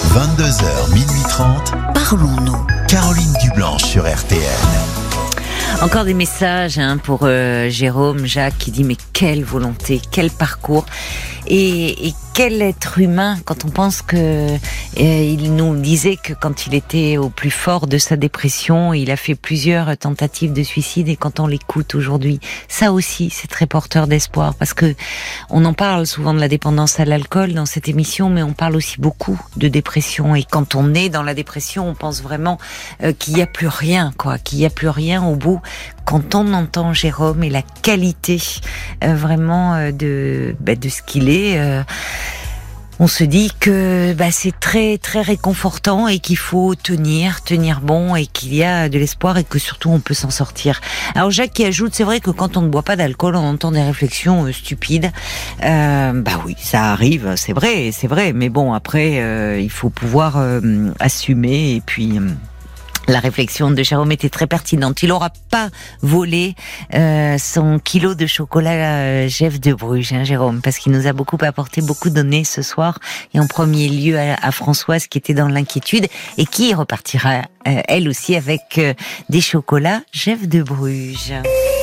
22h, minuit 30. Parlons-nous. Caroline Dublanche sur RTL. Encore des messages pour Jérôme, Jacques, qui dit mais quelle volonté, quel parcours et quel être humain quand on pense que il nous disait que quand il était au plus fort de sa dépression, il a fait plusieurs tentatives de suicide et quand on l'écoute aujourd'hui, ça aussi c'est très porteur d'espoir parce que on en parle souvent de la dépendance à l'alcool dans cette émission, mais on parle aussi beaucoup de dépression et quand on est dans la dépression, on pense vraiment qu'il n'y a plus rien, qu'il n'y a plus rien au bout. Quand on entend Jérôme et la qualité vraiment de ce qu'il est, on se dit que c'est très très réconfortant et qu'il faut tenir bon et qu'il y a de l'espoir et que surtout on peut s'en sortir. Alors Jacques qui ajoute, c'est vrai que quand on ne boit pas d'alcool, on entend des réflexions stupides. Oui, ça arrive, c'est vrai. Mais bon, après, il faut pouvoir assumer et puis. La réflexion de Jérôme était très pertinente. Il n'aura pas volé son kilo de chocolat Jeff de Bruges, Jérôme, parce qu'il nous a beaucoup apporté, beaucoup donné ce soir. Et en premier lieu à Françoise qui était dans l'inquiétude et qui repartira elle aussi avec des chocolats Jeff de Bruges.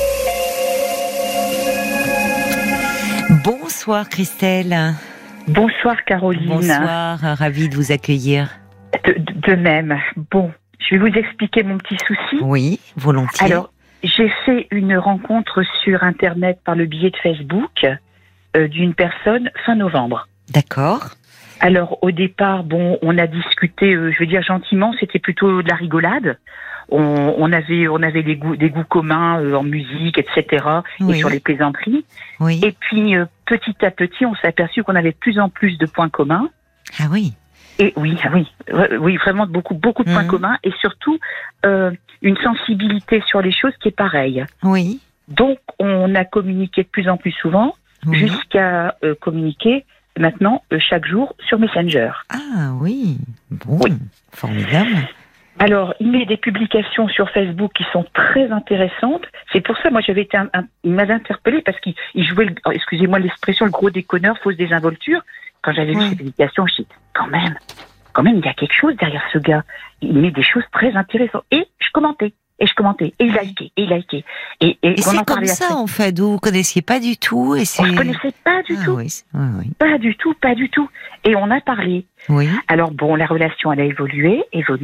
Bonsoir Christelle. Bonsoir Caroline. Bonsoir, ravie de vous accueillir. De même. Bon. Je vais vous expliquer mon petit souci. Oui, volontiers. Alors, j'ai fait une rencontre sur Internet par le biais de Facebook d'une personne fin novembre. D'accord. Alors, au départ, on a discuté, je veux dire gentiment, c'était plutôt de la rigolade. On avait des goûts communs en musique, etc. Oui. Et sur les plaisanteries. Oui. Et puis, petit à petit, on s'est aperçu qu'on avait de plus en plus de points communs. Ah oui. Et oui, vraiment beaucoup de points communs et surtout une sensibilité sur les choses qui est pareille. Oui. Donc on a communiqué de plus en plus souvent jusqu'à communiquer maintenant chaque jour sur Messenger. Ah oui, bon, oui. Formidable. Alors il met des publications sur Facebook qui sont très intéressantes. C'est pour ça, moi j'avais été, il m'avait interpellée parce qu'il jouait, excusez-moi l'expression, le gros déconneur, fausse désinvolture. Quand j'avais vu ces publications, je me suis dit, quand même, il y a quelque chose derrière ce gars. Il met des choses très intéressantes. Et je commentais, et il likait. Et c'est comme ça, après. En fait, vous ne connaissiez pas du tout. Et on ne connaissait pas du tout. Oui. Pas du tout. Et on a parlé. Oui. Alors la relation, elle a évolué.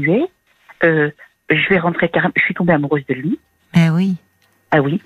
Je suis tombée amoureuse de lui. Ah oui. Ah oui.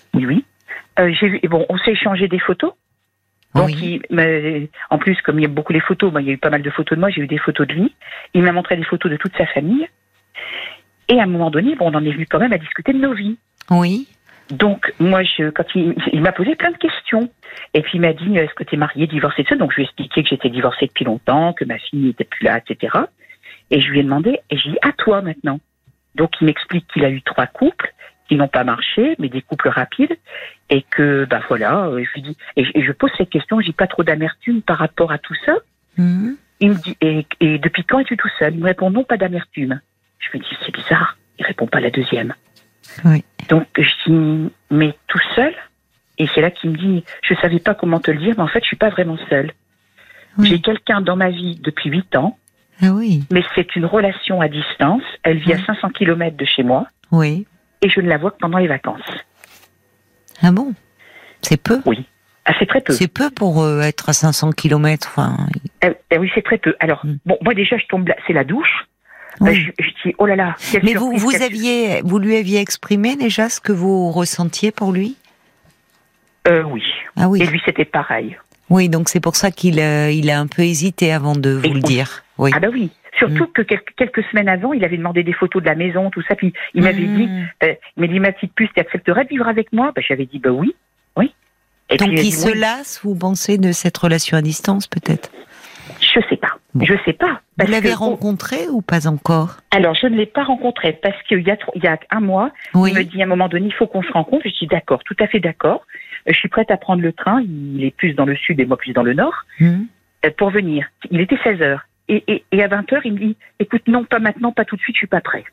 On s'est échangé des photos. Donc, en plus, comme il y a beaucoup les photos, il y a eu pas mal de photos de moi, j'ai eu des photos de lui. Il m'a montré des photos de toute sa famille. Et à un moment donné, on en est venu quand même à discuter de nos vies. Oui. Donc, moi, quand il m'a posé plein de questions. Et puis, il m'a dit, est-ce que tu es mariée, divorcée, tout ça. Donc, je lui ai expliqué que j'étais divorcée depuis longtemps, que ma fille n'était plus là, etc. Et je lui ai demandé, et j'ai dit, à toi maintenant. Donc, il m'explique qu'il a eu 3 couples qui n'ont pas marché, mais des couples rapides, et que, je lui dis, et je pose cette question, j'ai pas trop d'amertume par rapport à tout ça. Mm-hmm. Il me dit, et depuis quand es-tu tout seul? Il me répond, non, pas d'amertume. Je me dis, c'est bizarre, il répond pas la deuxième. Oui. Donc, je dis, mais tout seul? Et c'est là qu'il me dit, je savais pas comment te le dire, mais en fait, je suis pas vraiment seule. Oui. J'ai quelqu'un dans ma vie depuis 8 ans. Ah oui. Mais c'est une relation à distance, elle vit à 500 km de chez moi. Oui. Et je ne la vois que pendant les vacances. Ah bon? C'est peu? Oui. Ah, c'est très peu. C'est peu pour être à 500 km. Oui, c'est très peu. Alors, moi déjà, je tombe là, c'est la douche. Oui. Je dis, oh là là. Mais vous lui aviez exprimé déjà ce que vous ressentiez pour lui? Oui. Ah oui. Et lui, c'était pareil. Oui, donc c'est pour ça qu'il a un peu hésité avant de vous le dire. Oui. Ah oui. Surtout que quelques semaines avant, il avait demandé des photos de la maison, tout ça, puis il m'avait dit, ma petite puce, tu accepterais de vivre avec moi? J'avais dit, oui. Et donc puis, il se lasse, vous pensez, de cette relation à distance, peut-être? Je sais pas. Bon. Je sais pas. Vous l'avez rencontré ou pas encore? Alors, je ne l'ai pas rencontré parce qu'il y a un mois, il me dit à un moment donné, il faut qu'on se rencontre. Je dis d'accord, tout à fait d'accord. Je suis prête à prendre le train. Il est plus dans le sud et moi plus dans le nord pour venir. Il était 16h. Et à 20h, il me dit, écoute, non, pas maintenant, pas tout de suite, je suis pas prêt.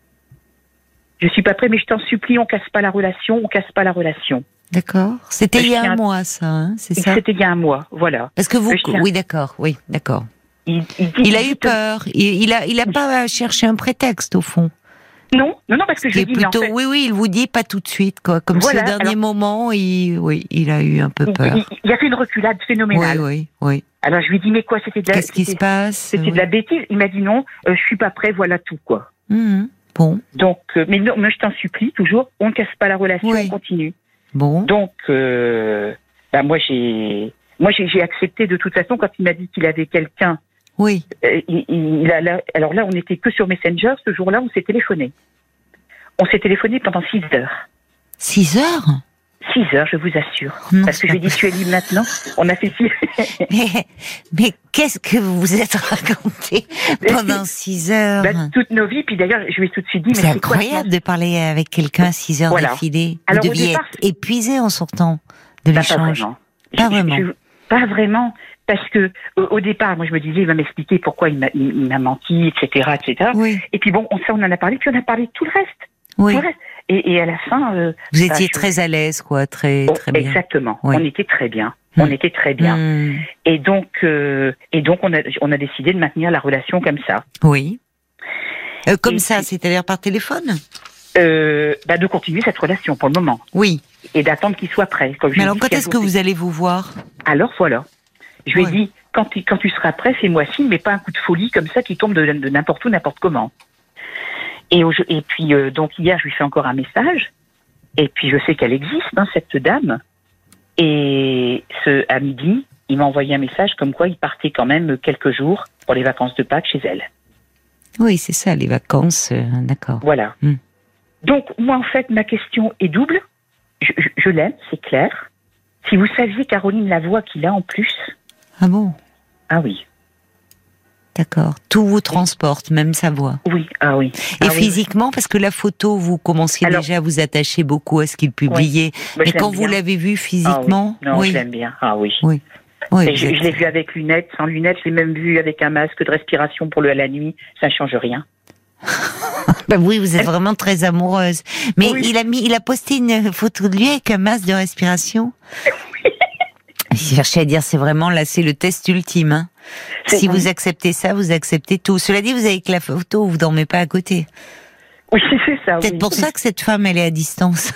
Je suis pas prêt, mais je t'en supplie, on casse pas la relation. D'accord. C'était il y a un mois, ça, hein, c'est ça? C'était il y a un mois, voilà. Parce que oui, d'accord. Il a eu peur. Il a pas cherché un prétexte au fond. Non, parce que je dis plutôt, mais en fait, oui, il vous dit pas tout de suite, quoi. Comme voilà, si au dernier moment, il a eu un peu peur. Il a fait une reculade phénoménale. Oui. Alors je lui dis mais quoi, c'était de la, Qu'est-ce qui se passe? C'était de la bêtise. Il m'a dit non, je suis pas prêt, voilà tout quoi. Bon. Donc, mais non, mais je t'en supplie, toujours, on ne casse pas la relation, on continue. Bon. Donc, moi j'ai accepté de toute façon quand il m'a dit qu'il avait quelqu'un. Oui. Alors là, on n'était que sur Messenger. Ce jour-là, on s'est téléphoné. On s'est téléphoné pendant 6 heures. 6 heures? 6 heures, je vous assure. Non, parce que je lui ai dit, tu es libre maintenant. On a fait 6 mais qu'est-ce que vous vous êtes raconté pendant 6 heures? Toutes nos vies. Puis d'ailleurs, je lui ai tout de suite dit, mais c'est incroyable de parler avec quelqu'un 6 heures d'affilée. Vous deviez être épuisé en sortant de l'échange. Pas vraiment. Pas vraiment. Parce que au départ, moi je me disais, il va m'expliquer pourquoi il m'a menti, etc., etc. Oui. Et puis bon, on en a parlé, puis on a parlé de tout le reste. Oui. Tout le reste. Et à la fin, vous étiez très à l'aise, quoi, très bien. Exactement. Oui. On était très bien. On était très bien. Et donc on a décidé de maintenir la relation comme ça. Oui. Comme ça, c'est-à-dire par téléphone. De continuer cette relation pour le moment. Oui. Et d'attendre qu'il soit prêt. Mais alors, quand est-ce que vous allez vous voir? Alors voilà. Je lui ai dit, quand tu seras prêt, fais-moi signe, mais pas un coup de folie comme ça qui tombe de n'importe où, n'importe comment. Et puis, donc hier, je lui fais encore un message. Et puis, je sais qu'elle existe, cette dame. Et à midi, il m'a envoyé un message comme quoi il partait quand même quelques jours pour les vacances de Pâques chez elle. Oui, c'est ça, les vacances, d'accord. Voilà. Donc, moi, en fait, ma question est double. Je l'aime, c'est clair. Si vous saviez, Caroline, la voix qu'il a en plus... Ah bon? Ah oui. D'accord. Tout vous transporte, même sa voix. Oui, ah oui. Et physiquement, parce que la photo, vous commenciez déjà à vous attacher beaucoup à ce qu'il publiait. Oui. Mais quand vous l'avez vu physiquement... Non, je l'aime bien. Ah oui. Oui. Je l'ai vu avec lunettes, sans lunettes. Je l'ai même vu avec un masque de respiration pour la nuit. Ça ne change rien. Oui, vous êtes vraiment très amoureuse. Mais il a posté une photo de lui avec un masque de respiration. Je cherchais à dire, c'est vraiment là, c'est le test ultime. Hein. Si vous acceptez ça, vous acceptez tout. Cela dit, vous avez que la photo, vous dormez pas à côté. Oui, c'est ça. Peut-être pour ça que cette femme, elle est à distance.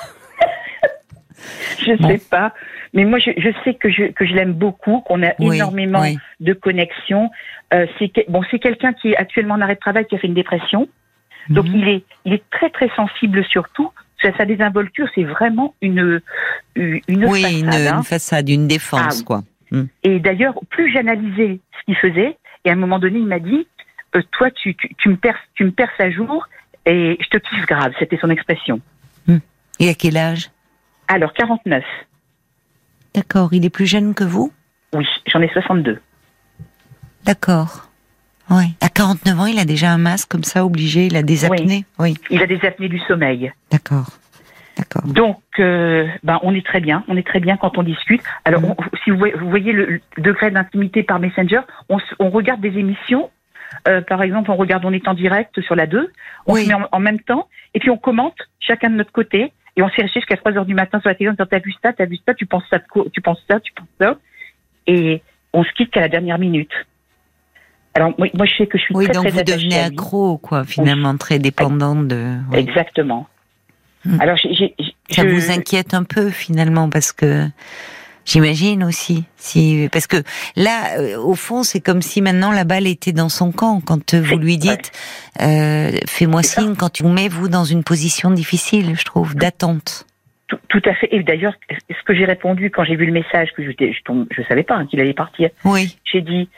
Je sais pas, mais moi je sais que je l'aime beaucoup, qu'on a énormément de connexions. C'est quelqu'un qui est actuellement en arrêt de travail, qui a fait une dépression. Donc il est très très sensible surtout. Sa désinvolture, c'est vraiment une façade. Une façade, une défense, quoi. Et d'ailleurs, plus j'analysais ce qu'il faisait, et à un moment donné, il m'a dit, toi, tu me perces à jour, et je te kiffe grave. C'était son expression. Et à quel âge? Alors, 49. D'accord. Il est plus jeune que vous? Oui, j'en ai 62. D'accord. Oui. À 49 ans, il a déjà un masque comme ça, obligé. Il a des apnées. Oui. Il a des apnées du sommeil. D'accord. Donc, on est très bien. On est très bien quand on discute. Alors, si vous voyez le degré d'intimité par Messenger, on regarde des émissions. Par exemple, on est en direct sur la 2. On se met en même temps. Et puis, on commente chacun de notre côté. Et on s'est resté jusqu'à 3 heures du matin sur la télévision. T'as vu ça, tu penses ça, tu penses ça. Et on se quitte qu'à la dernière minute. Alors, moi, je sais que je suis très, très attachée. Oui, donc vous devenez accro, quoi, finalement, très dépendante de... Oui. Exactement. Alors, ça vous inquiète un peu, finalement, parce que... J'imagine aussi. Parce que là, au fond, c'est comme si maintenant la balle était dans son camp. Quand vous lui dites, fais-moi signe, quand tu vous mets, vous, dans une position difficile, je trouve, d'attente. Tout à fait. Et d'ailleurs, ce que j'ai répondu quand j'ai vu le message, que je savais pas qu'il allait partir. Oui. J'ai dit,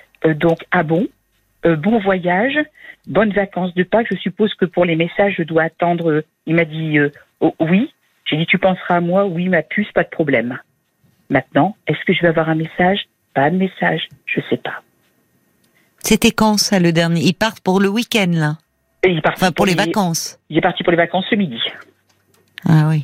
bon voyage, bonnes vacances de Pâques. Je suppose que pour les messages, je dois attendre. Il m'a dit, oui. J'ai dit, tu penseras à moi? Oui, ma puce, pas de problème. Maintenant, est-ce que je vais avoir un message? Pas de message, je sais pas. C'était quand ça, le dernier? Ils partent pour le week-end, là? Pour les vacances. Il est parti pour les vacances ce midi. Ah oui.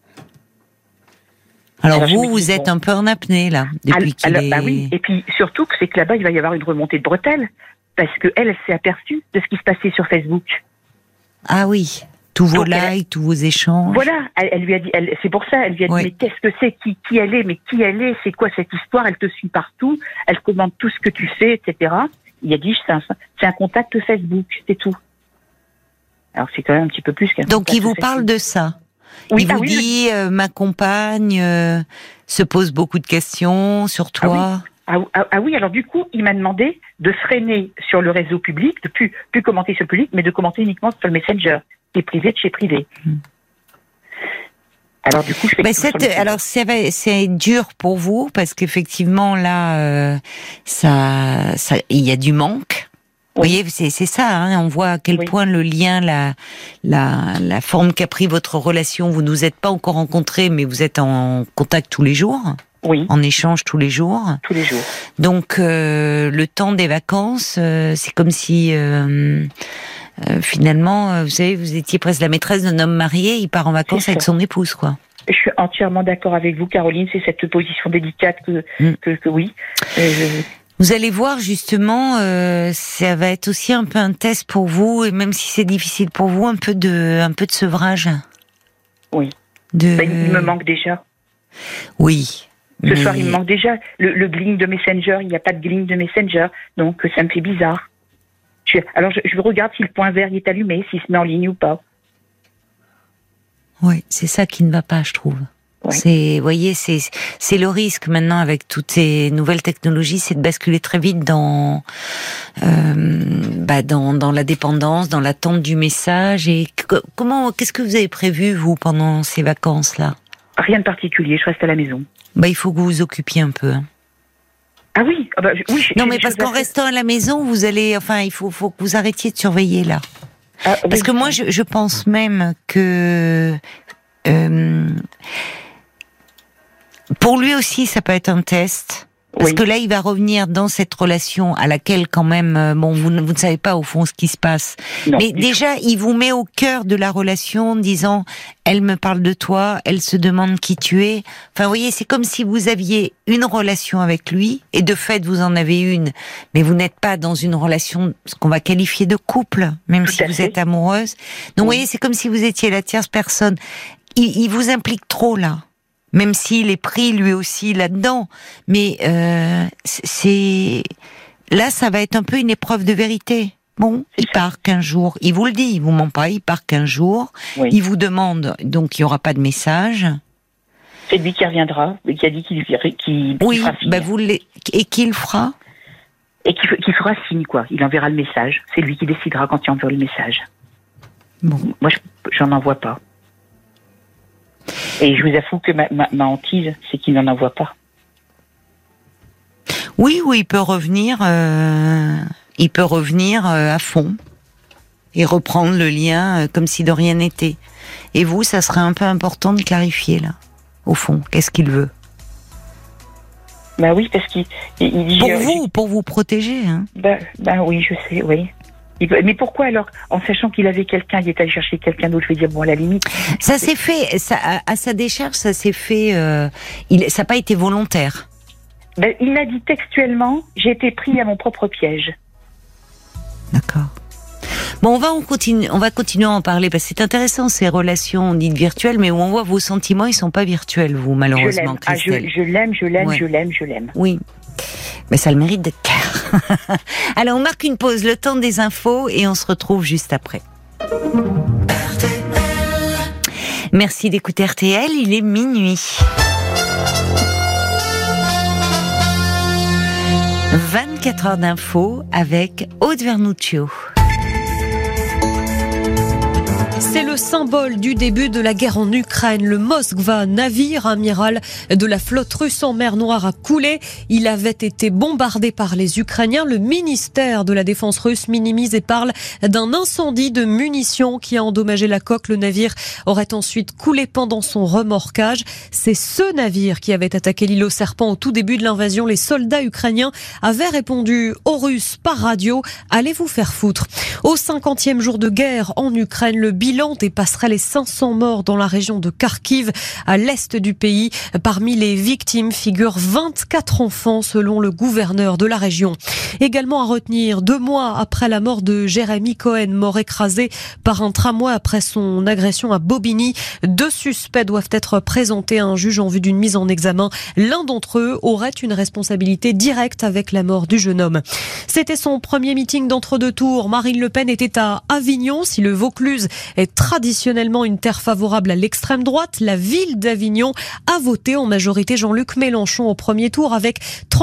Alors vous êtes un peu en apnée, là, depuis qu'il est... Bah oui, et puis surtout, c'est que là-bas, il va y avoir une remontée de bretelles, parce qu'elle s'est aperçue de ce qui se passait sur Facebook. Ah oui. Tous vos likes, tous vos échanges. Voilà, elle lui a dit, c'est pour ça, elle lui a dit, mais qu'est-ce que c'est, qui elle est, mais qui elle est, c'est quoi cette histoire, elle te suit partout, elle commente tout ce que tu fais, etc. Il a dit, c'est un contact Facebook, c'est tout. Alors c'est quand même un petit peu plus qu'un contact. Donc il vous parle de ça. Oui, Il vous dit, ma compagne se pose beaucoup de questions sur toi. Ah oui, alors du coup, il m'a demandé de freiner sur le réseau public, de plus commenter sur le public, mais de commenter uniquement sur le Messenger, qui est privé de chez privé. Alors du coup, je fais alors c'est dur pour vous parce qu'effectivement là, ça, il y a du manque. Vous voyez, c'est ça. Hein, on voit à quel point le lien, la forme qu'a pris votre relation. Vous nous êtes pas encore rencontrés, mais vous êtes en contact tous les jours. Oui. En échange tous les jours. Tous les jours. Donc le temps des vacances, c'est comme si finalement, vous savez, vous étiez presque la maîtresse d'un homme marié. Il part en vacances avec son épouse, quoi. Je suis entièrement d'accord avec vous, Caroline. C'est cette position délicate que oui. Vous allez voir justement, ça va être aussi un peu un test pour vous, et même si c'est difficile pour vous, un peu de sevrage. Oui. Il me manque déjà. Oui. Ce soir, il me manque déjà le gling de Messenger. Il n'y a pas de gling de Messenger, donc ça me fait bizarre. Alors je regarde si le point vert est allumé, s'il se met en ligne ou pas. Oui, c'est ça qui ne va pas, je trouve. Ouais. Vous voyez, c'est le risque maintenant avec toutes ces nouvelles technologies, c'est de basculer très vite dans la dépendance, dans l'attente du message. Et qu'est-ce que vous avez prévu vous pendant ces vacances-là? Rien de particulier, je reste à la maison. Il faut que vous vous occupiez un peu. Hein. Ah oui, oui. Non, mais parce qu'en restant à la maison, vous allez, il faut que vous arrêtiez de surveiller là. Parce que moi, je pense même que pour lui aussi, ça peut être un test. Parce que là, il va revenir dans cette relation à laquelle, quand même, vous ne savez pas au fond ce qui se passe. Non, mais déjà, il vous met au cœur de la relation en disant, elle me parle de toi, elle se demande qui tu es. Enfin, vous voyez, c'est comme si vous aviez une relation avec lui, et de fait, vous en avez une, mais vous n'êtes pas dans une relation, ce qu'on va qualifier de couple, même si vous êtes amoureuse. Donc, vous voyez, c'est comme si vous étiez la tierce personne. Il vous implique trop, là. Même s'il est pris lui aussi là-dedans, mais là, ça va être un peu une épreuve de vérité. Bon, il part 15 jours, il vous le dit, il vous ment pas, il part 15 jours, il vous demande, donc il y aura pas de message. C'est lui qui reviendra, qui a dit qu'il fera signe. Et qu'il fera. Et qu'il fera signe, quoi. Il enverra le message. C'est lui qui décidera quand il enverra le message. Bon. Moi, j'en envoie pas. Et je vous avoue que ma hantise, c'est qu'il n'en envoie pas. Oui, il peut revenir. À fond et reprendre le lien comme si de rien n'était. Et vous, ça serait un peu important de clarifier là, au fond, qu'est-ce qu'il veut. Oui, parce qu'il dit. Pour vous protéger. Hein. Oui, je sais, oui. Mais pourquoi alors, en sachant qu'il avait quelqu'un, il est allé chercher quelqu'un d'autre, je veux dire, à la limite. Ça s'est fait, à sa décharge, ça s'est fait, ça n'a pas été volontaire. Il m'a dit textuellement, j'ai été pris à mon propre piège. D'accord. Bon, on va continuer à en parler, parce que c'est intéressant, ces relations dites virtuelles, mais où on voit vos sentiments, ils sont pas virtuels, vous, malheureusement, Christelle. Je l'aime. Oui. Mais ça a le mérite d'être clair. Alors, on marque une pause, le temps des infos, et on se retrouve juste après. Merci d'écouter RTL, il est minuit. 24 heures d'infos avec Aude Vernuccio. C'est le symbole du début de la guerre en Ukraine. Le Moskva, navire amiral de la flotte russe en mer Noire, a coulé. Il avait été bombardé par les Ukrainiens. Le ministère de la Défense russe minimise et parle d'un incendie de munitions qui a endommagé la coque. Le navire aurait ensuite coulé pendant son remorquage. C'est ce navire qui avait attaqué l'île aux serpents au tout début de l'invasion. Les soldats ukrainiens avaient répondu aux Russes par radio: allez vous faire foutre. Au 50e jour de guerre en Ukraine, le bilan bilan dépasserait les 500 morts dans la région de Kharkiv, à l'est du pays. Parmi les victimes figurent 24 enfants selon le gouverneur de la région. Également à retenir, 2 mois après la mort de Jérémy Cohen, mort écrasé par un tramway après son agression à Bobigny, 2 suspects doivent être présentés à un juge en vue d'une mise en examen. L'un d'entre eux aurait une responsabilité directe avec la mort du jeune homme. C'était son premier meeting d'entre-deux tours. Marine Le Pen était à Avignon. Si le Vaucluse est traditionnellement une terre favorable à l'extrême droite, la ville d'Avignon a voté en majorité Jean-Luc Mélenchon au premier tour avec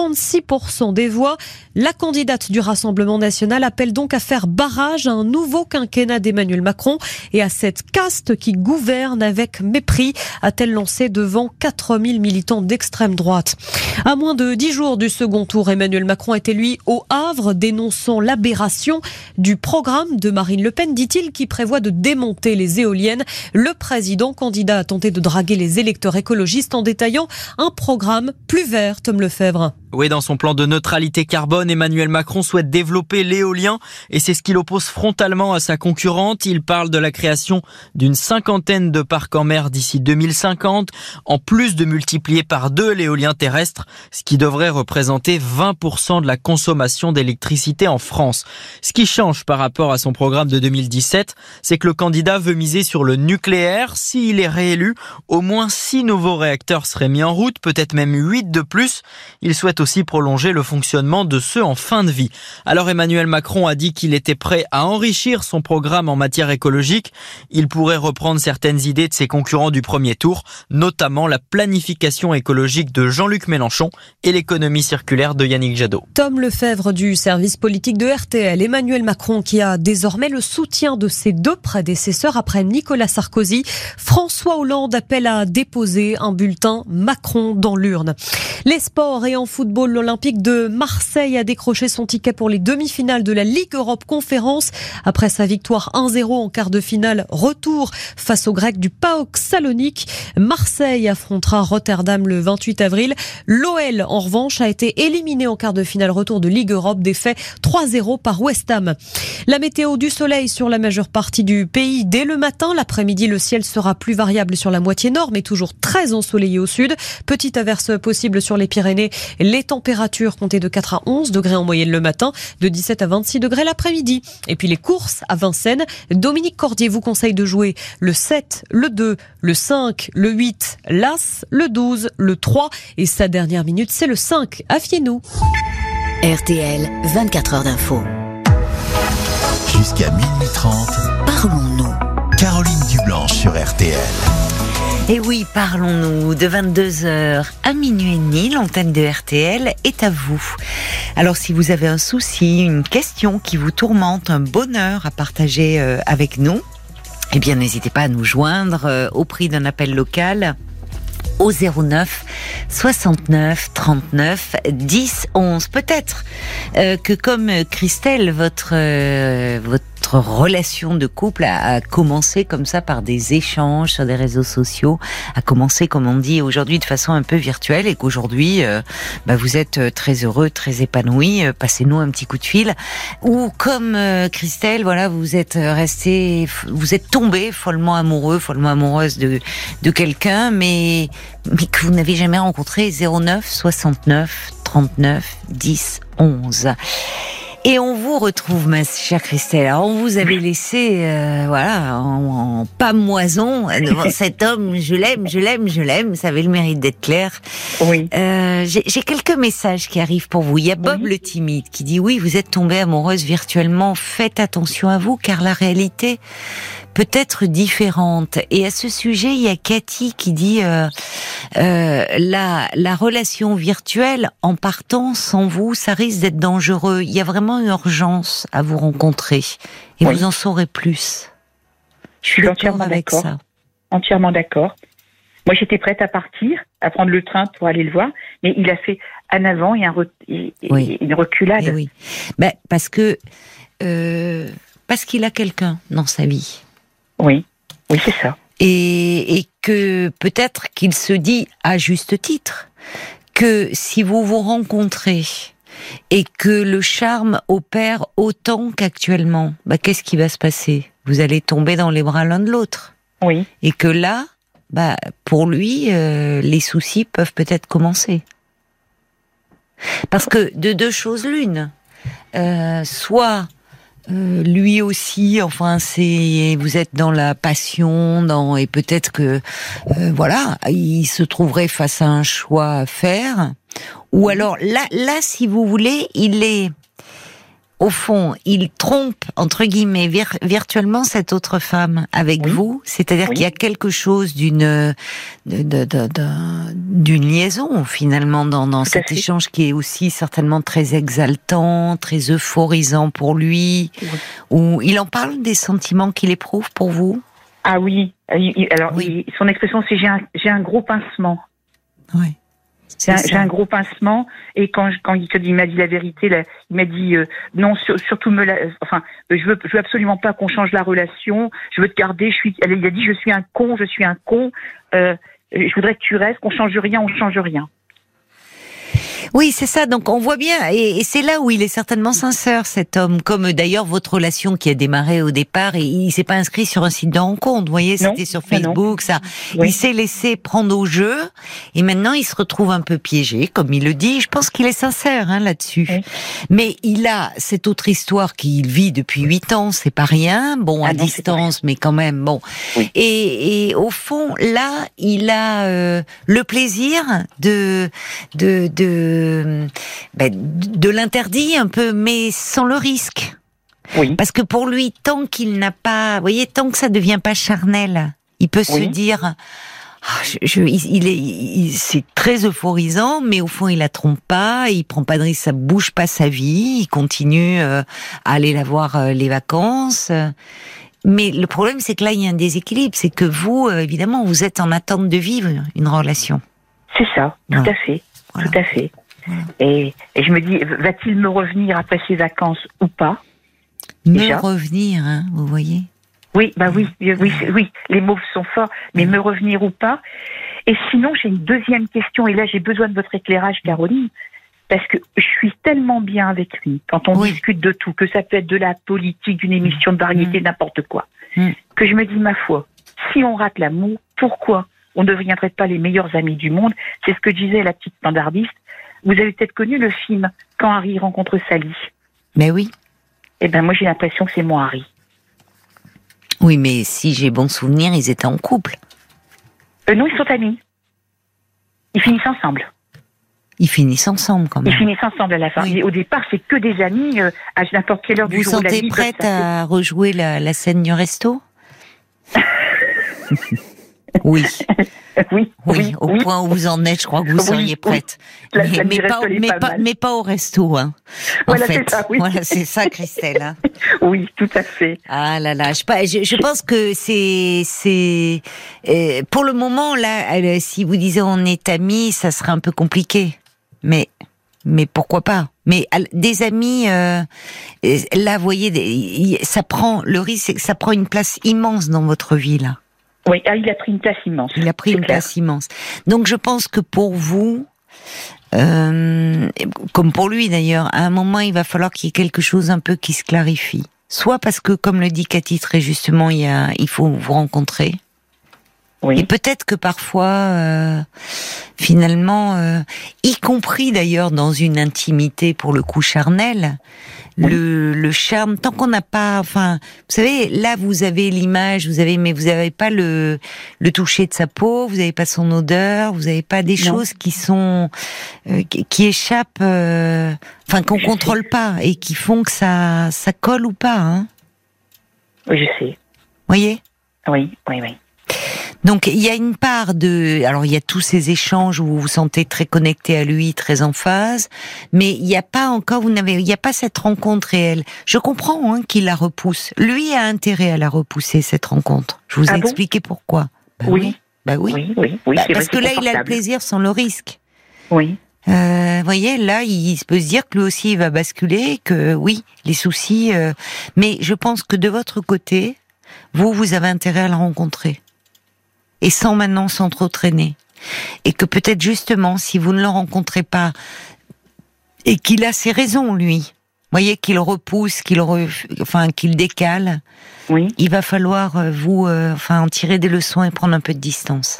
36% des voix. La candidate du Rassemblement national appelle donc à faire barrage à un nouveau quinquennat d'Emmanuel Macron et à cette caste qui gouverne avec mépris, a-t-elle lancé devant 4000 militants d'extrême droite. À moins de 10 jours du second tour, Emmanuel Macron était lui au Havre, dénonçant l'aberration du programme de Marine Le Pen, dit-il, qui prévoit de démonter les éoliennes. Le président candidat a tenté de draguer les électeurs écologistes en détaillant un programme plus vert, Tom Lefebvre. Oui, dans son plan de neutralité carbone, Emmanuel Macron souhaite développer l'éolien et c'est ce qu'il oppose frontalement à sa concurrente. Il parle de la création d'une 50aine de parcs en mer d'ici 2050, en plus de multiplier par 2 l'éolien terrestre, ce qui devrait représenter 20% de la consommation d'électricité en France. Ce qui change par rapport à son programme de 2017, c'est que le candidat veut miser sur le nucléaire. S'il est réélu, au moins 6 nouveaux réacteurs seraient mis en route, peut-être même 8 de plus. Il souhaite aussi prolonger le fonctionnement de ceux en fin de vie. Alors Emmanuel Macron a dit qu'il était prêt à enrichir son programme en matière écologique. Il pourrait reprendre certaines idées de ses concurrents du premier tour, notamment la planification écologique de Jean-Luc Mélenchon et l'économie circulaire de Yannick Jadot. Tom Lefebvre du service politique de RTL. Emmanuel Macron qui a désormais le soutien de ses 2 prédécesseurs après Nicolas Sarkozy. François Hollande appelle à déposer un bulletin Macron dans l'urne. Les sports et en football, l'Olympique de Marseille a décroché son ticket pour les demi-finales de la Ligue Europe Conférence. Après sa victoire 1-0 en quart de finale retour face aux Grecs du PAOK Salonique, Marseille affrontera Rotterdam le 28 avril. L'OL, en revanche, a été éliminé en quart de finale retour de Ligue Europe, défait 3-0 par West Ham. La météo, du soleil sur la majeure partie du pays dès le matin. L'après-midi, le ciel sera plus variable sur la moitié nord, mais toujours très ensoleillé au sud. Petite averse possible sur les Pyrénées. Les températures comptées de 4 à 11 degrés en moyenne le matin, de 17 à 26 degrés l'après-midi. Et puis les courses à Vincennes. Dominique Cordier vous conseille de jouer le 7, le 2, le 5, le 8, l'As, le 12, le 3 et sa dernière minute, c'est le 5 à Fiénou. RTL, 24 heures d'info. Jusqu'à 12h30, Parlons-nous. Caroline Dublanche sur RTL. Et oui, parlons-nous de 22h à minuit et demi. L'antenne de RTL est à vous. Alors, si vous avez un souci, une question qui vous tourmente, un bonheur à partager avec nous, eh bien, n'hésitez pas à nous joindre au prix d'un appel local au 09 69 39 10 11. Peut-être que comme Christelle, votre relation de couple a commencé comme ça par des échanges sur des réseaux sociaux, a commencé, comme on dit aujourd'hui, de façon un peu virtuelle, et qu'aujourd'hui vous êtes très heureux, très épanoui. Passez-nous un petit coup de fil. Ou comme Christelle, voilà, vous êtes tombé follement amoureux, follement amoureuse de quelqu'un, mais que vous n'avez jamais rencontré. 09 69 39 10 11. Et on vous retrouve, ma chère Christelle. Alors, on vous avait laissé, en pamoison devant cet homme. Je l'aime. Ça avait le mérite d'être clair. Oui. J'ai quelques messages qui arrivent pour vous. Il y a Bob le timide qui dit oui, vous êtes tombée amoureuse virtuellement. Faites attention à vous, car la réalité peut être différente. Et à ce sujet, il y a Cathy qui dit la relation virtuelle, en partant sans vous, ça risque d'être dangereux. Il y a vraiment urgence à vous rencontrer et vous en saurez plus. Je suis entièrement d'accord. Ça. Entièrement d'accord. Moi, j'étais prête à partir, à prendre le train pour aller le voir, mais il a fait un avant et une reculade. Et oui, parce qu'il a quelqu'un dans sa vie. Oui, c'est ça. Et que peut-être qu'il se dit, à juste titre, que si vous vous rencontrez et que le charme opère autant qu'actuellement, qu'est-ce qui va se passer ? vous allez tomber dans les bras l'un de l'autre. Oui. Et que là, pour lui, les soucis peuvent peut-être commencer. Parce que de deux choses l'une, soit lui aussi, enfin vous êtes dans la passion, et peut-être que il se trouverait face à un choix à faire, ou alors là si vous voulez, au fond, il trompe, entre guillemets, virtuellement cette autre femme avec vous. C'est-à-dire qu'il y a quelque chose d'une liaison, finalement, dans cet échange qui est aussi certainement très exaltant, très euphorisant pour lui. Oui. Où il en parle des sentiments qu'il éprouve pour vous? Ah oui. Son expression, c'est j'ai un gros pincement. Oui. J'ai un gros pincement, et quand il m'a dit la vérité, là, il m'a dit non, surtout je veux absolument pas qu'on change la relation, je veux te garder, il a dit je suis un con, je voudrais que tu restes, qu'on change rien, on change rien. Oui, c'est ça. Donc on voit bien, et c'est là où il est certainement sincère, cet homme. Comme d'ailleurs votre relation qui a démarré au départ, et il s'est pas inscrit sur un site de rencontre. Vous voyez, c'était sur Facebook, ça. Oui. Il s'est laissé prendre au jeu, et maintenant il se retrouve un peu piégé, comme il le dit. Je pense qu'il est sincère là-dessus. Oui. Mais il a cette autre histoire qu'il vit depuis 8 ans, c'est pas rien. Bon, à distance, mais quand même. Bon. Oui. Et au fond, là, il a le plaisir de l'interdit un peu, mais sans le risque. Oui. Parce que pour lui, tant qu'il n'a pas, vous voyez, tant que ça devient pas charnel, il peut se dire, c'est très euphorisant, mais au fond, il la trompe pas, il prend pas de risque, ça bouge pas sa vie, il continue à aller la voir les vacances. Mais le problème, c'est que là, il y a un déséquilibre, c'est que vous, évidemment, vous êtes en attente de vivre une relation. C'est ça, tout à fait. Voilà. Tout à fait. Et je me dis, va-t-il me revenir après ses vacances ou pas? Revenir, vous voyez? Oui, oui, les mots sont forts, mais me revenir ou pas? Et sinon, j'ai une deuxième question, et là, j'ai besoin de votre éclairage, Caroline, parce que je suis tellement bien avec lui, quand on discute de tout, que ça peut être de la politique, d'une émission de variété, n'importe quoi, que je me dis, ma foi, si on rate l'amour, pourquoi on ne deviendrait pas les meilleurs amis du monde? C'est ce que disait la petite standardiste. Vous avez peut-être connu le film « Quand Harry rencontre Sally ». Mais oui. Eh ben moi, j'ai l'impression que c'est moi, Harry. Oui, mais si j'ai bon souvenir, ils étaient en couple. Non, ils sont amis. Ils finissent ensemble. Ils finissent ensemble, quand même. Ils finissent ensemble à la fin. Oui. Au départ, c'est que des amis, à n'importe quelle heure du jour. Vous sentez prête à rejouer la scène du resto? Oui. Oui, au point où vous en êtes, je crois que vous seriez prête. Mais pas au resto, hein. Voilà, c'est ça, oui. Voilà, c'est ça, Christelle. Hein. Oui, tout à fait. Ah là là, je pense que c'est pour le moment là, si vous disiez on est amis, ça serait un peu compliqué. Mais pourquoi pas? Mais des amis, là, vous voyez, ça prend le risque, c'est que ça prend une place immense dans votre vie là. Oui, il a pris une place immense. Il a pris une place immense. Donc je pense que pour vous, comme pour lui d'ailleurs, à un moment il va falloir qu'il y ait quelque chose un peu qui se clarifie. Soit parce que, comme le dit Cathy très justement, il faut vous rencontrer. Oui. Et peut-être que parfois, finalement, y compris d'ailleurs dans une intimité pour le coup charnelle, le charme, tant qu'on n'a pas, enfin, vous savez, là vous avez l'image, mais vous n'avez pas le toucher de sa peau, vous n'avez pas son odeur, vous n'avez pas des choses qui sont qui échappent, enfin qu'on contrôle pas et qui font que ça colle ou pas, hein. Oui, je sais. Voyez? Oui. Donc il y a une part alors il y a tous ces échanges où vous vous sentez très connecté à lui, très en phase, mais il n'y a pas encore, il n'y a pas cette rencontre réelle. Je comprends qu'il la repousse. Lui a intérêt à la repousser, cette rencontre. Je vous ai expliqué pourquoi. Oui. Oui. Parce que là il a le plaisir sans le risque. Oui. Voyez, là, il peut se dire que lui aussi il va basculer, que oui, les soucis. Mais je pense que de votre côté, vous avez intérêt à la rencontrer. Et sans trop traîner. Et que peut-être justement, si vous ne le rencontrez pas, et qu'il a ses raisons, lui. Vous voyez, qu'il repousse, qu'il décale, Oui. il va falloir en tirer des leçons et prendre un peu de distance.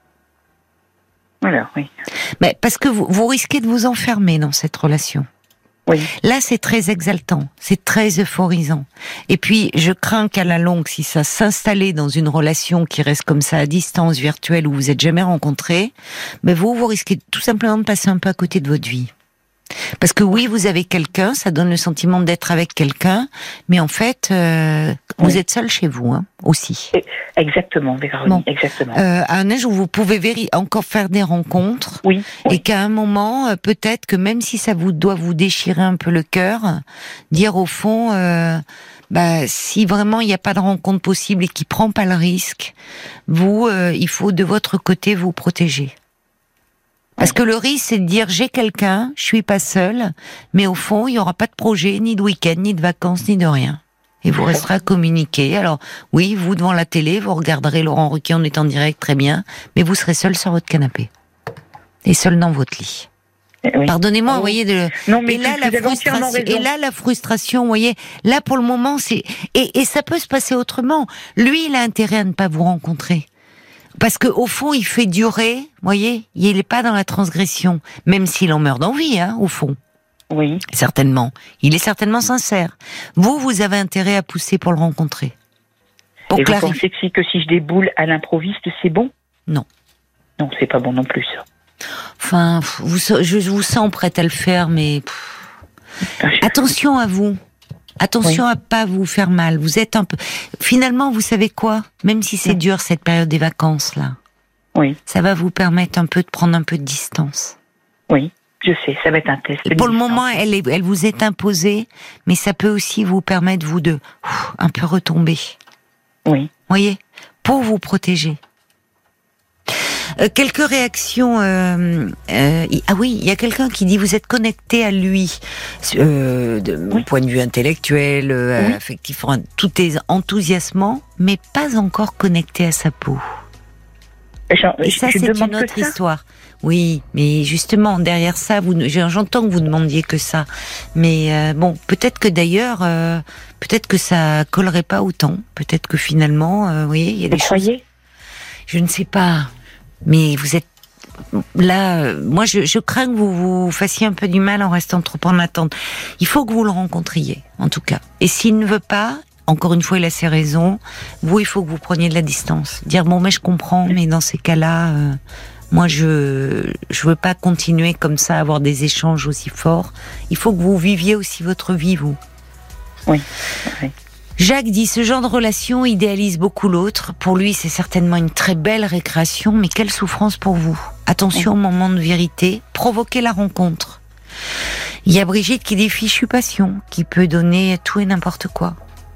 Voilà, oui. Mais parce que vous risquez de vous enfermer dans cette relation. Oui. Là, c'est très exaltant, c'est très euphorisant. Et puis, je crains qu'à la longue, si ça s'installait dans une relation qui reste comme ça à distance virtuelle où vous n'êtes jamais rencontrés, mais vous risquez tout simplement de passer un peu à côté de votre vie. Parce que oui, vous avez quelqu'un, ça donne le sentiment d'être avec quelqu'un, mais en fait, vous êtes seul chez vous, aussi. Exactement, Véronique, bon. Exactement. À un âge où vous pouvez encore faire des rencontres, oui. Et qu'à un moment, peut-être que même si ça doit vous déchirer un peu le cœur, dire au fond, si vraiment il n'y a pas de rencontre possible et qu'il prend pas le risque, il faut de votre côté vous protéger. Parce que le risque, c'est de dire j'ai quelqu'un, je suis pas seule, mais au fond, il y aura pas de projet, ni de week-end, ni de vacances, ni de rien. Et vous resterez à communiquer. Alors, oui, vous devant la télé, vous regarderez Laurent Ruquier en étant en direct, très bien, mais vous serez seul sur votre canapé. Et seul dans votre lit. Oui. Pardonnez-moi, vous voyez, non, mais la frustration, vous voyez, là, pour le moment, et ça peut se passer autrement. Lui, il a intérêt à ne pas vous rencontrer. Parce que au fond, il fait durer, voyez, il n'est pas dans la transgression, même s'il en meurt d'envie, au fond. Oui. Certainement. Il est certainement sincère. Vous avez intérêt à pousser pour le rencontrer. Et vous pensez que si je déboule à l'improviste, c'est bon ? Non. Non, c'est pas bon non plus, ça. Enfin, je vous sens prête à le faire, mais... Attention à vous. Attention à pas vous faire mal. Vous êtes un peu... Finalement, vous savez quoi ? Même si c'est dur, cette période des vacances, là. Oui. Ça va vous permettre un peu de prendre un peu de distance. Oui, je sais, ça va être un test. Et pour le moment, elle vous est imposée, mais ça peut aussi vous permettre, vous, de un peu retomber. Oui. Voyez ? Pour vous protéger. Quelques réactions. Oui, il y a quelqu'un qui dit vous êtes connecté à lui, mon point de vue intellectuel, affectif, tout est enthousiasmant, mais pas encore connecté à sa peau. Et ça, c'est une autre histoire. Oui, mais justement derrière ça, j'entends que vous demandiez que ça, mais peut-être que d'ailleurs, peut-être que ça collerait pas autant, peut-être que finalement, vous voyez, il y a des choses. Je ne sais pas. Mais vous êtes là, moi je crains que vous vous fassiez un peu du mal en restant trop en attente. Il faut que vous le rencontriez, en tout cas. Et s'il ne veut pas, encore une fois, il a ses raisons. Il faut que vous preniez de la distance. Dire mais je comprends, mais dans ces cas-là, moi je veux pas continuer comme ça à avoir des échanges aussi forts. Il faut que vous viviez aussi votre vie, vous. Oui. Jacques dit, ce genre de relation idéalise beaucoup l'autre. Pour lui, c'est certainement une très belle récréation, mais quelle souffrance pour vous. Attention au moment de vérité, provoquez la rencontre. Il y a Brigitte qui dit fichue passion, qui peut donner tout et n'importe quoi.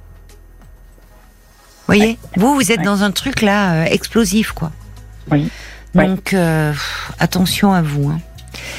Voyez, vous êtes dans un truc là, explosif, quoi. Oui. Donc, attention à vous. Paul ?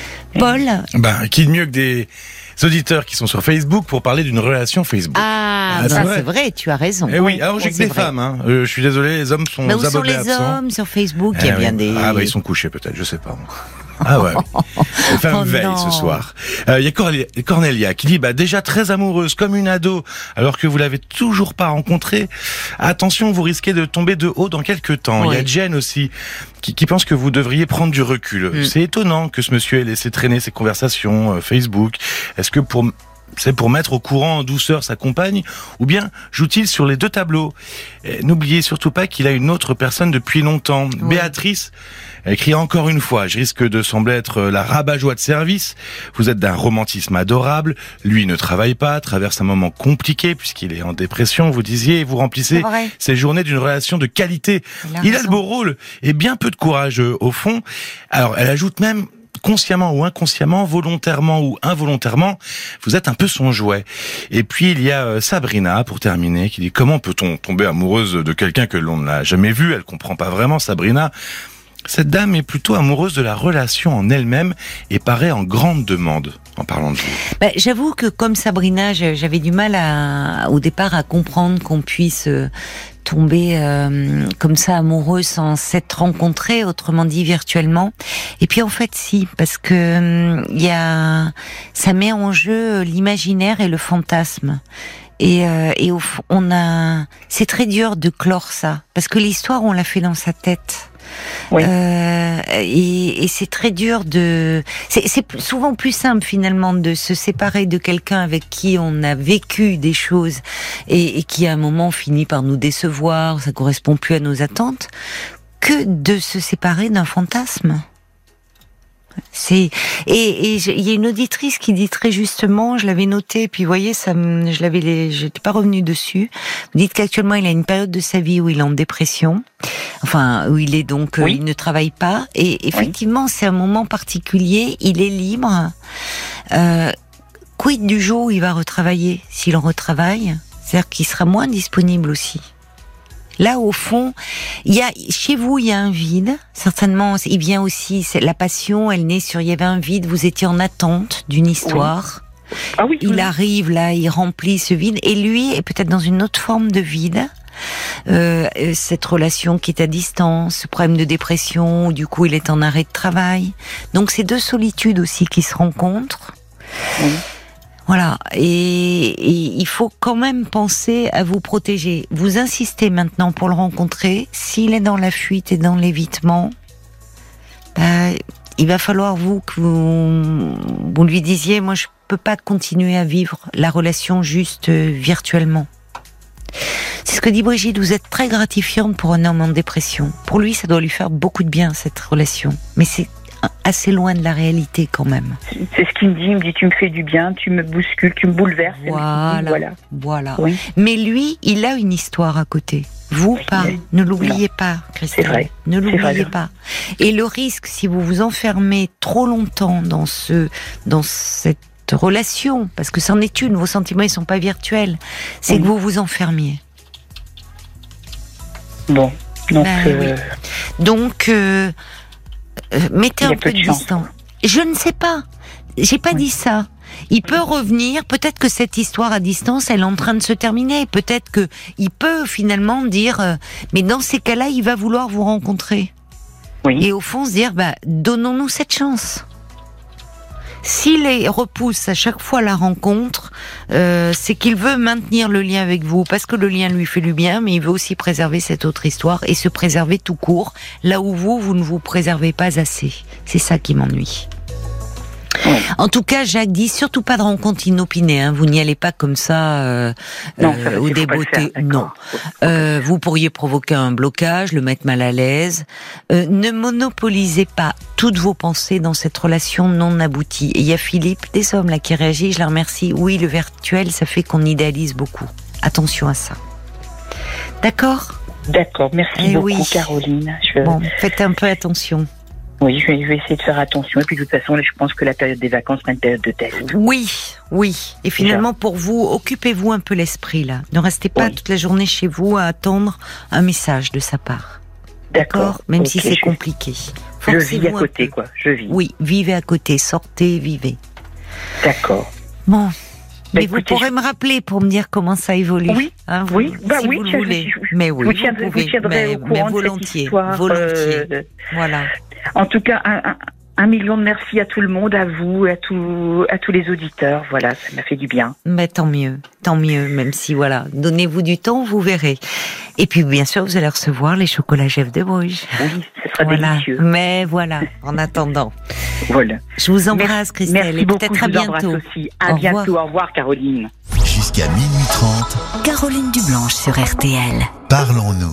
Qui de mieux que des auditeurs qui sont sur Facebook pour parler d'une relation Facebook. C'est vrai, tu as raison. Eh oui, alors j'ai que des femmes. Je suis désolé, les hommes sont où sont les absents. hommes sur Facebook? Il y a bien des... ils sont couchés peut-être, je sais pas. Ah ouais. Les femmes veillent ce soir. Il y a Cornelia qui dit déjà très amoureuse comme une ado alors que vous l'avez toujours pas rencontrée. Attention, vous risquez de tomber de haut dans quelques temps. Il y a Jen aussi qui pense que vous devriez prendre du recul. C'est étonnant que ce monsieur ait laissé traîner ses conversations Facebook. Est-ce que c'est pour mettre au courant en douceur sa compagne, ou bien joue-t-il sur les deux tableaux? N'oubliez surtout pas qu'il a une autre personne depuis longtemps. Béatrice écrit encore une fois, je risque de sembler être la rabat-joie de service. Vous êtes d'un romantisme adorable. Lui ne travaille pas, traverse un moment compliqué puisqu'il est en dépression, vous disiez, et vous remplissez ses journées d'une relation de qualité. Il a le beau rôle et bien peu de courage au fond. Alors, elle ajoute même, consciemment ou inconsciemment, volontairement ou involontairement, vous êtes un peu son jouet. Et puis il y a Sabrina, pour terminer, qui dit « Comment peut-on tomber amoureuse de quelqu'un que l'on n'a jamais vu ?» Elle comprend pas vraiment, Sabrina. Cette dame est plutôt amoureuse de la relation en elle-même et paraît en grande demande. en parlant de vous? J'avoue que comme Sabrina, j'avais du mal au départ à comprendre qu'on puisse tomber comme ça amoureux sans s'être rencontré, autrement dit virtuellement. Et puis en fait si, parce que ça met en jeu l'imaginaire et le fantasme. Et au fond, c'est très dur de clore ça, parce que l'histoire on l'a fait dans sa tête. Oui. Et c'est très dur c'est souvent plus simple finalement de se séparer de quelqu'un avec qui on a vécu des choses et qui à un moment finit par nous décevoir, ça correspond plus à nos attentes, que de se séparer d'un fantasme. Et il y a une auditrice qui dit très justement, je l'avais noté, puis vous voyez, j'étais pas revenue dessus. Vous dites qu'actuellement il a une période de sa vie où il est en dépression, enfin où il est donc, il ne travaille pas, et effectivement c'est un moment particulier, il est libre. Quid du jour où il va retravailler, s'il retravaille, c'est-à-dire qu'il sera moins disponible aussi. Là, au fond, chez vous, il y a un vide. Certainement, il vient aussi, la passion, elle naît il y avait un vide, vous étiez en attente d'une histoire. Oui. Ah oui. Il arrive là, il remplit ce vide, et lui est peut-être dans une autre forme de vide. Cette relation qui est à distance, ce problème de dépression, où du coup il est en arrêt de travail. Donc c'est deux solitudes aussi qui se rencontrent. Oui. Voilà, et il faut quand même penser à vous protéger. Vous insistez maintenant pour le rencontrer. S'il est dans la fuite et dans l'évitement, il va falloir que vous lui disiez, moi je peux pas continuer à vivre la relation juste virtuellement. C'est ce que dit Brigitte, vous êtes très gratifiante pour un homme en dépression. Pour lui, ça doit lui faire beaucoup de bien cette relation. Mais c'est assez loin de la réalité quand même. C'est ce qu'il me dit, tu me fais du bien, tu me bouscules, tu me bouleverses. Voilà. Oui. Mais lui, il a une histoire à côté. Vous, pas. Ne l'oubliez pas, Christelle. C'est vrai. Ne l'oubliez pas. Et le risque, si vous vous enfermez trop longtemps dans cette relation, parce que c'en est une, vos sentiments ils sont pas virtuels, c'est que vous vous enfermiez. Bon. Donc, mettez un peu de distance. Je ne sais pas. J'ai pas dit ça. Il peut revenir. Peut-être que cette histoire à distance, elle est en train de se terminer. Peut-être que il peut finalement dire, mais dans ces cas-là, il va vouloir vous rencontrer. Oui. Et au fond, se dire, donnons-nous cette chance. S'il repousse à chaque fois la rencontre, c'est qu'il veut maintenir le lien avec vous, parce que le lien lui fait du bien, mais il veut aussi préserver cette autre histoire et se préserver tout court, là où vous ne vous préservez pas assez. C'est ça qui m'ennuie. En tout cas, Jacques dit surtout pas de rencontre inopinée. Hein. Vous n'y allez pas comme ça au débeauté. Non. Vous pourriez provoquer un blocage, le mettre mal à l'aise. Ne monopolisez pas toutes vos pensées dans cette relation non aboutie. Et il y a Philippe, des hommes là qui réagit. Je la remercie. Oui, le virtuel, ça fait qu'on idéalise beaucoup. Attention à ça. D'accord. Merci beaucoup, Caroline. Bon, faites un peu attention. Oui, je vais essayer de faire attention. Et puis, de toute façon, je pense que la période des vacances sera une période de test. Oui. Et finalement, pour vous, occupez-vous un peu l'esprit, là. Ne restez pas toute la journée chez vous à attendre un message de sa part. D'accord. Même si c'est compliqué. Je vis à côté, quoi. Je vis. Oui, vivez à côté. Sortez, vivez. D'accord. Bon. Mais vous pourrez me rappeler pour me dire comment ça évolue. Oui, si vous le voulez. Mais oui, vous tiendrez au courant de cette histoire. Volontiers. Voilà. En tout cas, un million de merci à tout le monde, à vous, à tous les auditeurs. Voilà, ça m'a fait du bien. Mais tant mieux, même si donnez-vous du temps, vous verrez. Et puis bien sûr, vous allez recevoir les chocolats Jeff de Bruges. Oui, ce sera délicieux. Mais en attendant. Voilà. Je vous embrasse, Christelle. Merci et beaucoup, peut-être à bientôt. Aussi. À bientôt. Au revoir, Caroline. Jusqu'à 12h30. Caroline Dublanche sur RTL. Parlons-nous.